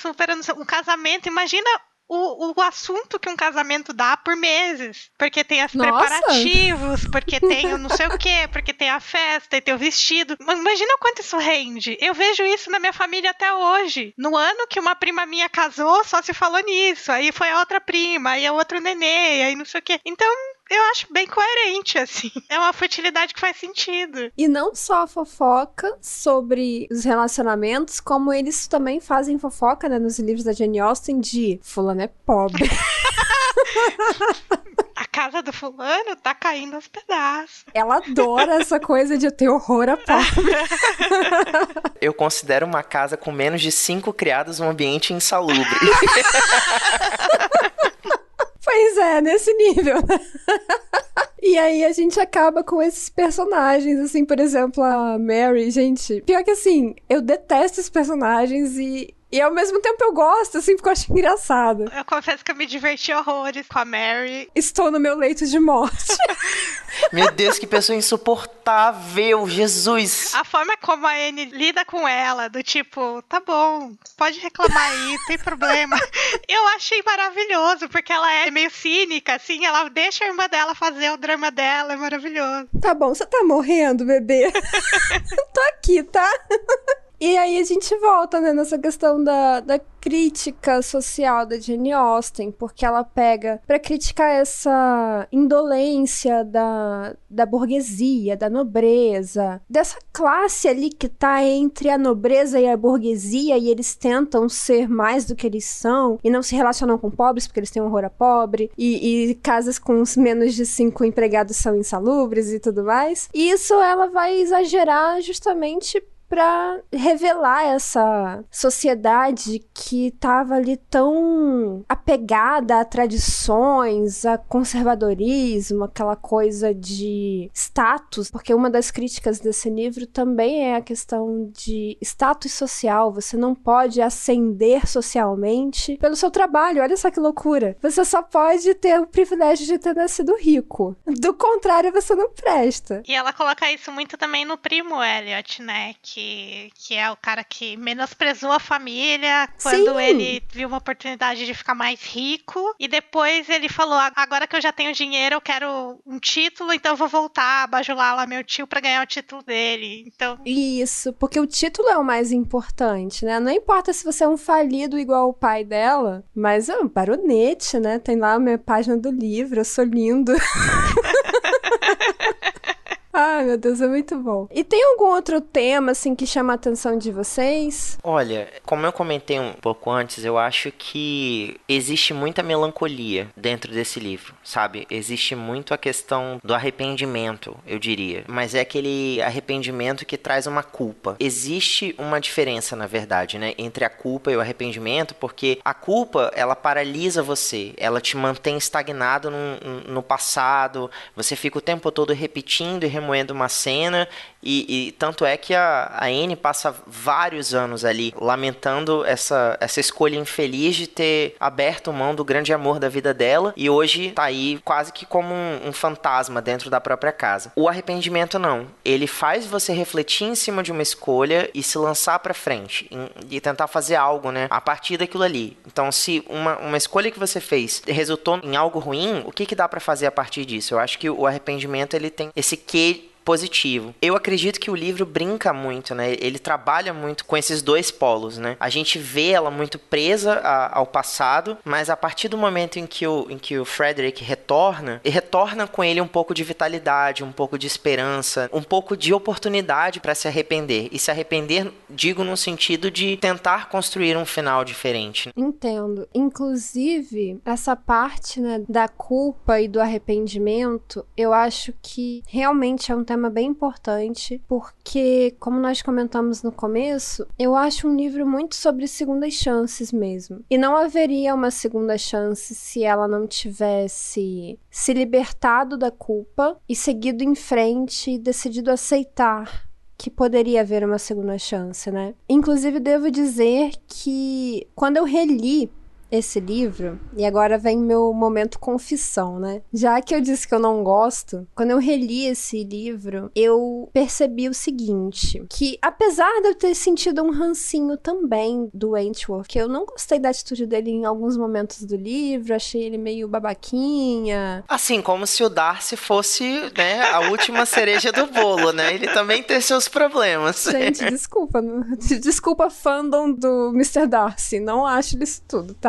um casamento. Imagina o assunto que um casamento dá por meses. Porque tem os preparativos, porque tem o não sei o quê, porque tem a festa e tem o vestido. Imagina o quanto isso rende. Eu vejo isso na minha família até hoje. No ano que uma prima minha casou, só se falou nisso. Aí foi a outra prima, aí é outro nenê, aí não sei o quê. Então, Eu acho bem coerente, assim. É uma futilidade que faz sentido. E não só a fofoca sobre os relacionamentos, como eles também fazem fofoca, né, nos livros da Jane Austen de fulano é pobre. A casa do fulano tá caindo aos pedaços. Ela adora essa coisa de ter horror a pobre. Eu considero uma casa com menos de 5 criados um ambiente insalubre. Pois é, nesse nível, né? E aí a gente acaba com esses personagens, assim, por exemplo, a Mary, gente. Pior que assim, eu detesto os personagens e ao mesmo tempo eu gosto, assim, porque eu acho engraçado. Eu confesso que eu me diverti horrores com a Mary. Estou no meu leito de morte. Meu Deus, que pessoa insuportável, Jesus. A forma como a Anne lida com ela, do tipo, tá bom, pode reclamar aí, não tem problema. Eu achei maravilhoso, porque ela é meio cínica, assim, ela deixa a irmã dela fazer o drama dela, é maravilhoso. Tá bom, você tá morrendo, bebê? Tô aqui, tá? E aí a gente volta, né, nessa questão da crítica social da Jane Austen, porque ela pega pra criticar essa indolência da burguesia, da nobreza, dessa classe ali que tá entre a nobreza e a burguesia, e eles tentam ser mais do que eles são, e não se relacionam com pobres porque eles têm horror a pobre, e casas com menos de 5 empregados são insalubres e tudo mais. E isso ela vai exagerar justamente pra revelar essa sociedade que tava ali tão apegada a tradições, a conservadorismo, aquela coisa de status, porque uma das críticas desse livro também é a questão de status social. Você não pode ascender socialmente pelo seu trabalho, olha só que loucura. Você só pode ter o privilégio de ter nascido rico. Do contrário, você não presta. E ela coloca isso muito também no primo Elliot, né, que é o cara que menosprezou a família quando Sim. ele viu uma oportunidade de ficar mais rico, e depois ele falou, agora que eu já tenho dinheiro, eu quero um título, então eu vou voltar a bajular lá meu tio pra ganhar o título dele. Então... Isso, porque o título é o mais importante, né? Não importa se você é um falido igual o pai dela, mas é um baronete, né? Tem lá a minha página do livro, eu sou lindo. Ai, meu Deus, é muito bom. E tem algum outro tema, assim, que chama a atenção de vocês? Olha, como eu comentei um pouco antes, eu acho que existe muita melancolia dentro desse livro, sabe? Existe muito a questão do arrependimento, eu diria. Mas é aquele arrependimento que traz uma culpa. Existe uma diferença, na verdade, né? Entre a culpa e o arrependimento, porque a culpa, ela paralisa você. Ela te mantém estagnado no passado. Você fica o tempo todo repetindo e remoendo uma cena, e tanto é que a Anne passa vários anos ali lamentando essa escolha infeliz de ter aberto mão do grande amor da vida dela, e hoje tá aí quase que como um fantasma dentro da própria casa. O arrependimento não. Ele faz você refletir em cima de uma escolha e se lançar pra frente, e tentar fazer algo, né, a partir daquilo ali. Então, se uma escolha que você fez resultou em algo ruim, o que dá pra fazer a partir disso? Eu acho que o arrependimento, ele tem esse quê positivo. Eu acredito que o livro brinca muito, né? Ele trabalha muito com esses dois polos, né? A gente vê ela muito presa ao passado, mas a partir do momento em que o Frederick retorna, e retorna com ele um pouco de vitalidade, um pouco de esperança, um pouco de oportunidade para se arrepender. E se arrepender, digo no sentido de tentar construir um final diferente. Entendo. Inclusive, essa parte, né, da culpa e do arrependimento, eu acho que realmente é um tema bem importante, porque, como nós comentamos no começo, eu acho um livro muito sobre segundas chances mesmo. E não haveria uma segunda chance se ela não tivesse se libertado da culpa e seguido em frente e decidido aceitar que poderia haver uma segunda chance, né? Inclusive, devo dizer que quando eu reli esse livro, e agora vem meu momento confissão, né? Já que eu disse que eu não gosto, quando eu reli esse livro, eu percebi o seguinte, que apesar de eu ter sentido um rancinho também do Wentworth, que eu não gostei da atitude dele em alguns momentos do livro, achei ele meio babaquinha. Assim, como se o Darcy fosse, né, a última cereja do bolo, né? Ele também tem seus problemas. Gente, desculpa fandom do Mr. Darcy, não acho isso tudo, tá?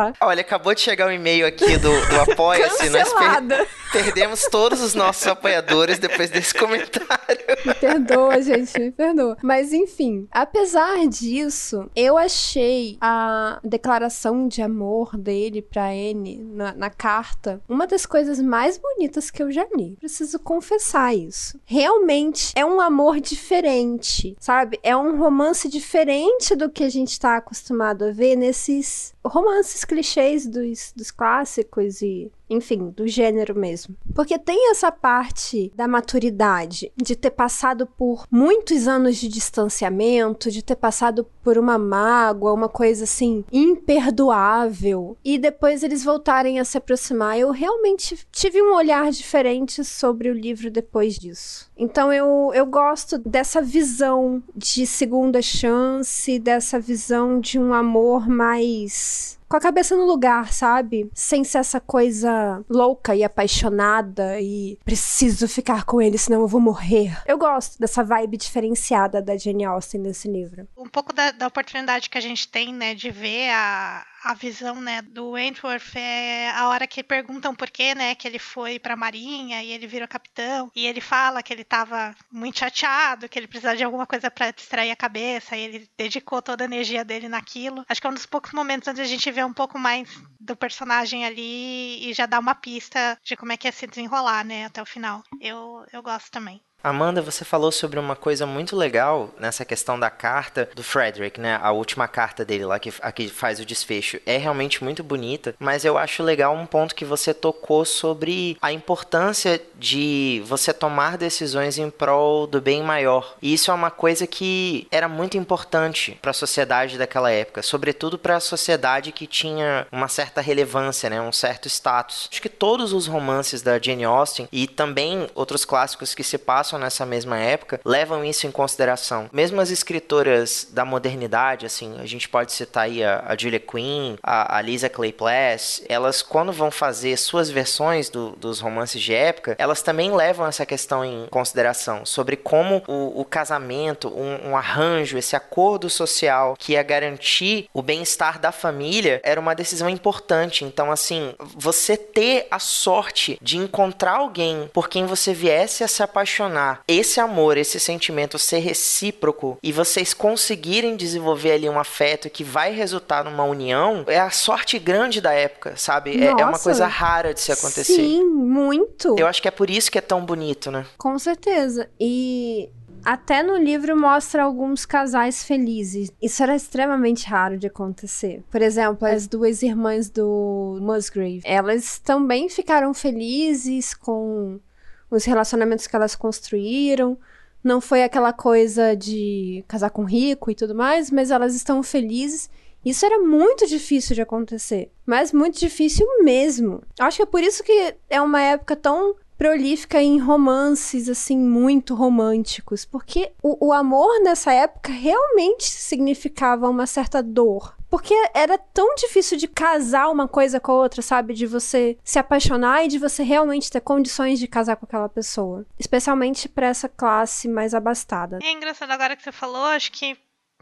ela. Olha, acabou de chegar um e-mail aqui do Apoia-se. Nós perdemos todos os nossos apoiadores depois desse comentário. Me perdoa, gente, me perdoa. Mas enfim, apesar disso, eu achei a declaração de amor dele pra Anne na carta uma das coisas mais bonitas que eu já li. Preciso confessar isso. Realmente é um amor diferente, sabe? É um romance diferente do que a gente tá acostumado a ver nesses romances clichês dos clássicos e, enfim, do gênero mesmo. Porque tem essa parte da maturidade, de ter passado por muitos anos de distanciamento, de ter passado por uma mágoa, uma coisa assim, imperdoável, e depois eles voltarem a se aproximar. Eu realmente tive um olhar diferente sobre o livro depois disso. Então eu gosto dessa visão de segunda chance, dessa visão de um amor mais com a cabeça no lugar, sabe? Sem ser essa coisa louca e apaixonada e preciso ficar com ele, senão eu vou morrer. Eu gosto dessa vibe diferenciada da Jane Austen nesse livro. Um pouco da oportunidade que a gente tem, né, de ver a visão, né, do Wentworth é a hora que perguntam por que, né, que ele foi pra marinha e ele virou capitão, e ele fala que ele tava muito chateado, que ele precisava de alguma coisa pra distrair a cabeça, e ele dedicou toda a energia dele naquilo. Acho que é um dos poucos momentos onde a gente vê um pouco mais do personagem ali e já dá uma pista de como é que ia se desenrolar, né, até o final. Eu gosto também. Amanda, você falou sobre uma coisa muito legal nessa questão da carta do Frederick, né? A última carta dele lá, que faz o desfecho. É realmente muito bonita, mas eu acho legal um ponto que você tocou sobre a importância de você tomar decisões em prol do bem maior. E isso é uma coisa que era muito importante para a sociedade daquela época, sobretudo para a sociedade que tinha uma certa relevância, né? Um certo status. Acho que todos os romances da Jane Austen e também outros clássicos que se passam nessa mesma época, levam isso em consideração. Mesmo as escritoras da modernidade, assim, a gente pode citar aí a Julia Quinn, a Lisa Clay Plass, elas quando vão fazer suas versões dos romances de época, elas também levam essa questão em consideração, sobre como o casamento, um arranjo, esse acordo social que ia garantir o bem-estar da família, era uma decisão importante. Então, assim, você ter a sorte de encontrar alguém por quem você viesse a se apaixonar, esse amor, esse sentimento ser recíproco e vocês conseguirem desenvolver ali um afeto que vai resultar numa união, é a sorte grande da época, sabe? É uma coisa rara de se acontecer. Sim, muito. Eu acho que é por isso que é tão bonito, né? Com certeza. E até no livro mostra alguns casais felizes. Isso era extremamente raro de acontecer. Por exemplo, as duas irmãs do Musgrave, elas também ficaram felizes com os relacionamentos que elas construíram. Não foi aquela coisa de casar com rico e tudo mais, mas elas estão felizes. Isso era muito difícil de acontecer, mas muito difícil mesmo. Acho que é por isso que é uma época tão prolífica em romances, assim, muito românticos, porque o amor nessa época realmente significava uma certa dor. Porque era tão difícil de casar uma coisa com a outra, sabe? De você se apaixonar e de você realmente ter condições de casar com aquela pessoa. Especialmente pra essa classe mais abastada. É engraçado agora que você falou, acho que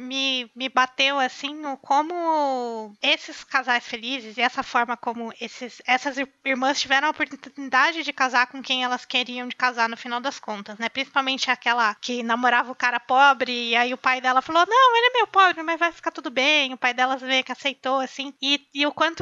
me bateu assim como esses casais felizes e essa forma como essas irmãs tiveram a oportunidade de casar com quem elas queriam de casar no final das contas, né? Principalmente aquela que namorava o cara pobre e aí o pai dela falou, não, ele é meio pobre, mas vai ficar tudo bem. O pai delas meio que aceitou, assim. E o quanto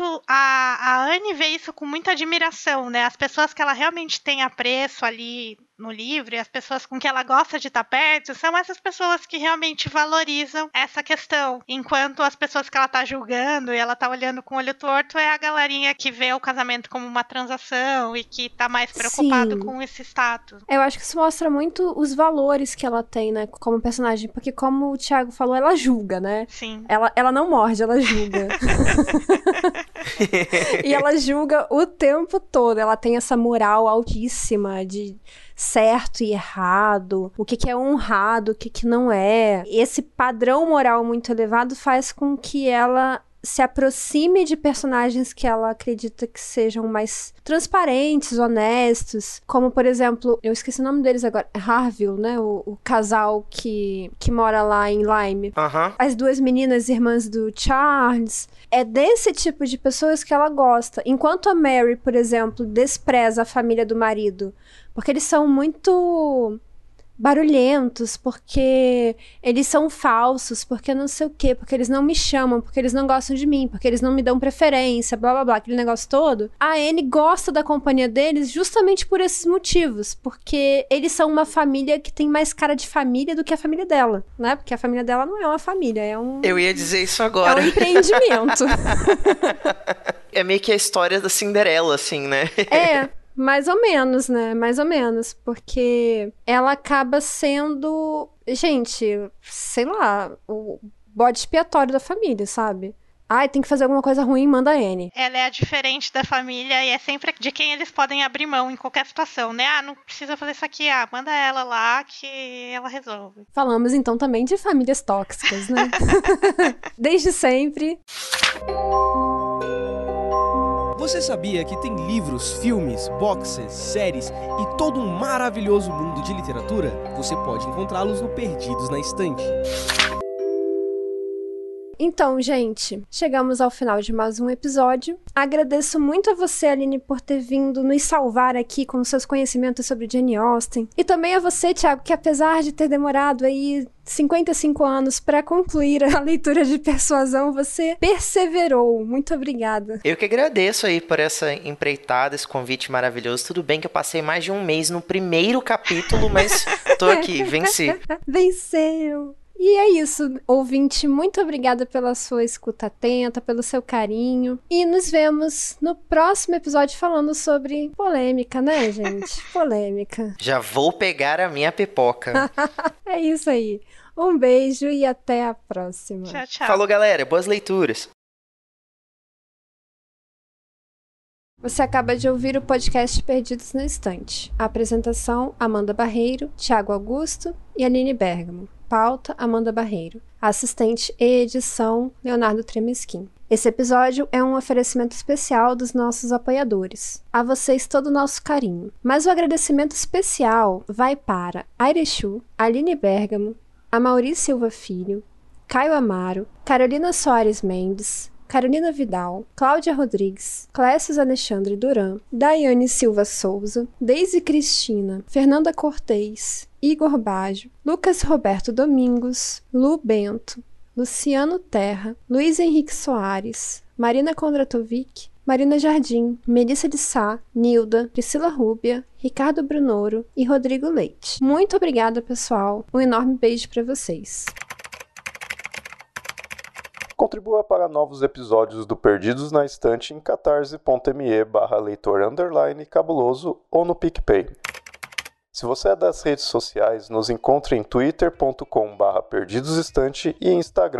a Anne vê isso com muita admiração, né? As pessoas que ela realmente tem apreço ali no livro e as pessoas com que ela gosta de estar perto são essas pessoas que realmente valorizam essa questão, enquanto as pessoas que ela tá julgando e ela tá olhando com o olho torto é a galerinha que vê o casamento como uma transação e que tá mais preocupado com esse status. Eu acho que isso mostra muito os valores que ela tem, né, como personagem, porque como o Thiago falou, ela julga, né? Sim. Ela não morde, ela julga. E ela julga o tempo todo, ela tem essa moral altíssima de certo e errado, o que é honrado, o que não é. Esse padrão moral muito elevado faz com que ela se aproxime de personagens que ela acredita que sejam mais transparentes, honestos, como, por exemplo, eu esqueci o nome deles agora, Harville, né, o casal que mora lá em Lyme. As duas meninas irmãs do Charles. É desse tipo de pessoas que ela gosta. Enquanto a Mary, por exemplo, despreza a família do marido, porque eles são muito barulhentos, porque eles são falsos, porque não sei o quê, porque eles não me chamam, porque eles não gostam de mim, porque eles não me dão preferência, blá blá blá, aquele negócio todo. A Anne gosta da companhia deles justamente por esses motivos, porque eles são uma família que tem mais cara de família do que a família dela, né? Porque a família dela não é uma família, é um... Eu ia dizer isso agora. É um empreendimento. É meio que a história da Cinderela, assim, né? É. Mais ou menos, né? Mais ou menos. Porque ela acaba sendo, gente, sei lá, o bode expiatório da família, sabe? Ai, tem que fazer alguma coisa ruim, manda a Anne. Ela é a diferente da família e é sempre de quem eles podem abrir mão em qualquer situação, né? Ah, não precisa fazer isso aqui, manda ela lá que ela resolve. Falamos então também de famílias tóxicas, né? Desde sempre. Você sabia que tem livros, filmes, boxes, séries e todo um maravilhoso mundo de literatura? Você pode encontrá-los no Perdidos na Estante. Então, gente, chegamos ao final de mais um episódio. Agradeço muito a você, Aline, por ter vindo nos salvar aqui com seus conhecimentos sobre Jane Austen. E também a você, Thiago, que apesar de ter demorado aí 55 anos para concluir a leitura de Persuasão, você perseverou. Muito obrigada. Eu que agradeço aí por essa empreitada, esse convite maravilhoso. Tudo bem que eu passei mais de um mês no primeiro capítulo, mas tô aqui, venci. Venceu! E é isso, ouvinte, muito obrigada pela sua escuta atenta, pelo seu carinho. E nos vemos no próximo episódio falando sobre polêmica, né, gente? Polêmica. Já vou pegar a minha pipoca. É isso aí. Um beijo e até a próxima. Tchau, tchau. Falou, galera. Boas leituras. Você acaba de ouvir o podcast Perdidos na Estante. A apresentação, Amanda Barreiro, Thiago Augusto e Aline Bergamo. Pauta, Amanda Barreiro. Assistente e edição, Leonardo Tremesquim. Esse episódio é um oferecimento especial dos nossos apoiadores. A vocês todo o nosso carinho. Mas o agradecimento especial vai para Airechu, Aline Bergamo, Amaury Silva Filho, Caio Amaro, Carolina Soares Mendes, Carolina Vidal, Cláudia Rodrigues, Clécius Alexandre Duran, Daiane Silva Souza, Deise Cristina, Fernanda Cortez, Igor Baggio, Lucas Roberto Domingos, Lu Bento, Luciano Terra, Luiz Henrique Soares, Marina Kondratovic, Marina Jardim, Melissa de Sá, Nilda, Priscila Rúbia, Ricardo Brunoro e Rodrigo Leite. Muito obrigada, pessoal. Um enorme beijo para vocês. Contribua para novos episódios do Perdidos na Estante em catarse.me/leitor_cabuloso ou no PicPay. Se você é das redes sociais, nos encontre em twitter.com/perdidosestante e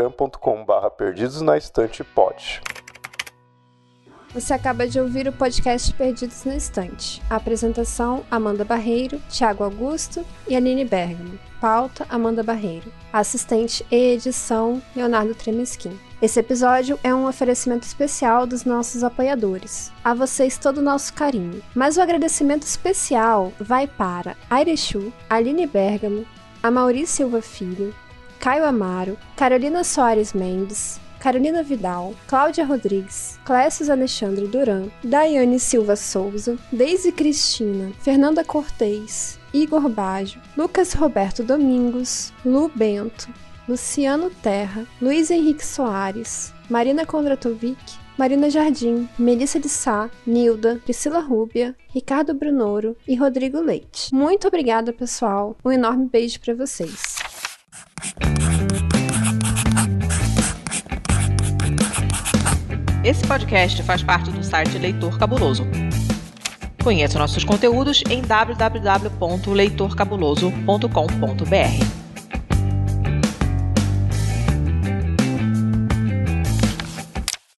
instagram.com/perdidosnaestantepod. Você acaba de ouvir o podcast Perdidos na Estante. A apresentação, Amanda Barreiro, Thiago Augusto e Aline Bergamo. Pauta, Amanda Barreiro. Assistente e edição, Leonardo Tremesquim. Esse episódio é um oferecimento especial dos nossos apoiadores. A vocês todo o nosso carinho. Mas o agradecimento especial vai para Airechu, Aline Bergamo, Amaury Silva Filho, Caio Amaro, Carolina Soares Mendes, Carolina Vidal, Cláudia Rodrigues, Clécius Alexandre Duran, Daiane Silva Souza, Deise Cristina, Fernanda Cortez, Igor Baggio, Lucas Roberto Domingos, Lu Bento, Luciano Terra, Luiz Henrique Soares, Marina Kondratovic, Marina Jardim, Melissa de Sá, Nilda, Priscila Rúbia, Ricardo Brunoro e Rodrigo Leite. Muito obrigada, pessoal. Um enorme beijo para vocês. Esse podcast faz parte do site Leitor Cabuloso. Conheça nossos conteúdos em www.leitorcabuloso.com.br.